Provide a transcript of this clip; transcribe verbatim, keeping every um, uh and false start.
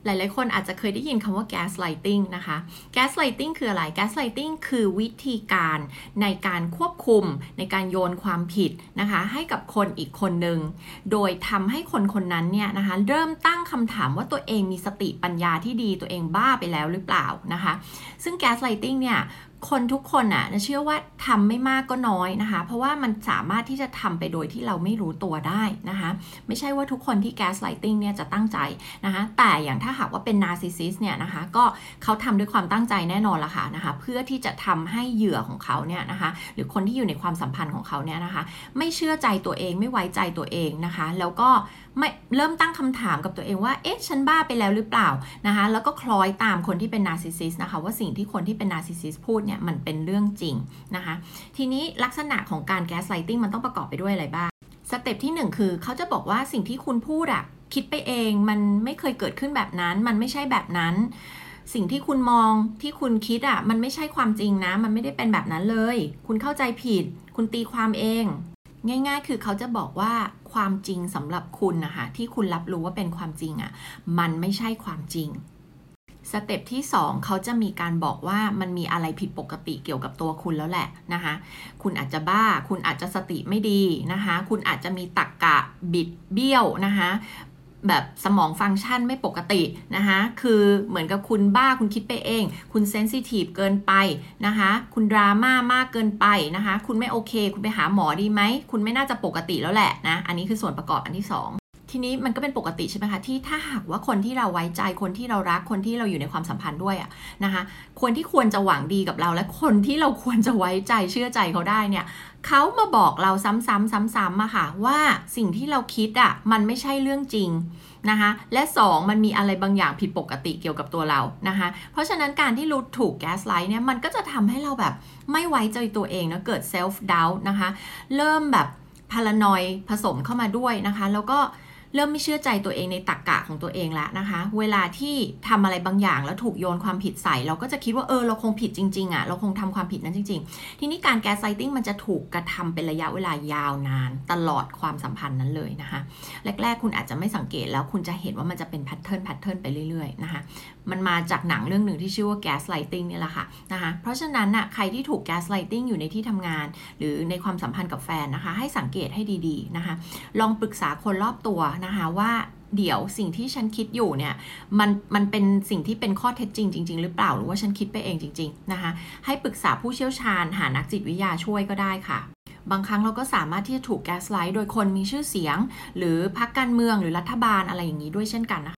หลายๆคนอาจจะเคยได้ยินคำว่า gaslighting นะคะ gaslighting คืออะไร gaslighting คือวิธีการในการควบคุมในการโยนความผิดนะคะให้กับคนอีกคนหนึ่งโดยทำให้คนคนนั้นเนี่ยนะคะเริ่มตั้งคำถามว่าตัวเองมีสติปัญญาที่ดีตัวเองบ้าไปแล้วหรือเปล่านะคะซึ่ง gaslighting เนี่ยคนทุกคนอ่ะเชื่อว่าทำไม่มากก็น้อยนะคะเพราะว่ามันสามารถที่จะทำไปโดยที่เราไม่รู้ตัวได้นะคะไม่ใช่ว่าทุกคนที่ gaslighting เนี่ยจะตั้งใจนะคะแต่อย่างถ้าหากว่าเป็น narcissist เนี่ยนะคะก็เขาทำด้วยความตั้งใจแน่นอนละค่ะนะคะเพื่อที่จะทำให้เหยื่อของเขาเนี่ยนะคะหรือคนที่อยู่ในความสัมพันธ์ของเขาเนี่ยนะคะไม่เชื่อใจตัวเองไม่ไว้ใจตัวเองนะคะแล้วก็ไม่เริ่มตั้งคำถามกับตัวเองว่าเอ๊ะฉันบ้าไปแล้วหรือเปล่านะคะแล้วก็คล้อยตามคนที่เป็น narcissist นะคะว่าสิ่งที่คนที่เป็น narcissist พูดเนี่ยมันเป็นเรื่องจริงนะคะทีนี้ลักษณะของการ gaslighting มันต้องประกอบไปด้วยอะไรบ้างสเต็ปที่หนึ่งคือเขาจะบอกว่าสิ่งที่คุณพูดอะคิดไปเองมันไม่เคยเกิดขึ้นแบบนั้นมันไม่ใช่แบบนั้นสิ่งที่คุณมองที่คุณคิดอะมันไม่ใช่ความจริงนะมันไม่ได้เป็นแบบนั้นเลยคุณเข้าใจผิดคุณตีความเองง่ายๆคือเขาจะบอกว่าความจริงสำหรับคุณนะคะที่คุณรับรู้ว่าเป็นความจริงอะมันไม่ใช่ความจริงสเต็ปที่สองเขาจะมีการบอกว่ามันมีอะไรผิดปกติเกี่ยวกับตัวคุณแล้วแหละนะคะคุณอาจจะบ้าคุณอาจจะสติไม่ดีนะคะคุณอาจจะมีตรรกะบิดเบี้ยวนะคะแบบสมองฟังก์ชันไม่ปกตินะคะคือเหมือนกับคุณบ้าคุณคิดไปเองคุณเซนซิทีฟเกินไปนะคะคุณดราม่ามากเกินไปนะคะคุณไม่โอเคคุณไปหาหมอดีไหมคุณไม่น่าจะปกติแล้วแหละนะอันนี้คือส่วนประกอบอันที่สองทีนี้มันก็เป็นปกติใช่ไหมคะที่ถ้าหากว่าคนที่เราไว้ใจคนที่เรารักคนที่เราอยู่ในความสัมพันธ์ด้วยอะนะคะคนที่ควรจะหวังดีกับเราและคนที่เราควรจะไว้ใจเชื่อใจเขาได้เนี่ยเขามาบอกเราซ้ำๆซ้ำๆอะค่ะว่าสิ่งที่เราคิดอะมันไม่ใช่เรื่องจริงนะคะและสองมันมีอะไรบางอย่างผิดปกติเกี่ยวกับตัวเรานะคะเพราะฉะนั้นการที่เราถูกแก๊สไลท์เนี่ยมันก็จะทำให้เราแบบไม่ไว้ใจตัวเองนะเกิดเซลฟ์ดาวต์นะคะเริ่มแบบพารานอยผสมเข้ามาด้วยนะคะแล้วก็เริ่มไม่เชื่อใจตัวเองในตรรกะของตัวเองแล้วนะคะเวลาที่ทำอะไรบางอย่างแล้วถูกโยนความผิดใส่เราก็จะคิดว่าเออเราคงผิดจริงๆอ่ะเราคงทำความผิดนั้นจริงๆทีนี้การแก๊สไลติ้งมันจะถูกกระทำเป็นระยะเวลายาวนานตลอดความสัมพันธ์นั้นเลยนะคะแรกๆคุณอาจจะไม่สังเกตแล้วคุณจะเห็นว่ามันจะเป็นแพทเทิร์นแพทเทิร์นไปเรื่อยๆนะคะมันมาจากหนังเรื่องหนึ่งที่ชื่อว่าแก๊สไลติ้งนี่แหละค่ะนะคะเพราะฉะนั้นน่ะใครที่ถูกแก๊สไลติ้งอยู่ในที่ทำงานหรือในความสัมพันธ์กับแฟนนะคะให้สังเกตให้ดีๆนะคะลองปรึกษาคนรอบตัวนะคะว่าเดี๋ยวสิ่งที่ฉันคิดอยู่เนี่ยมันมันเป็นสิ่งที่เป็นข้อเท็จจริงจริงๆหรือเปล่าหรือว่าฉันคิดไปเองจริงๆนะคะให้ปรึกษาผู้เชี่ยวชาญหานักจิตวิทยาช่วยก็ได้ค่ะบางครั้งเราก็สามารถที่จะถูกแก๊สไลท์โดยคนมีชื่อเสียงหรือพรรคการเมืองหรือรัฐบาลอะไรอย่างนี้ด้วยเช่นกันนะคะ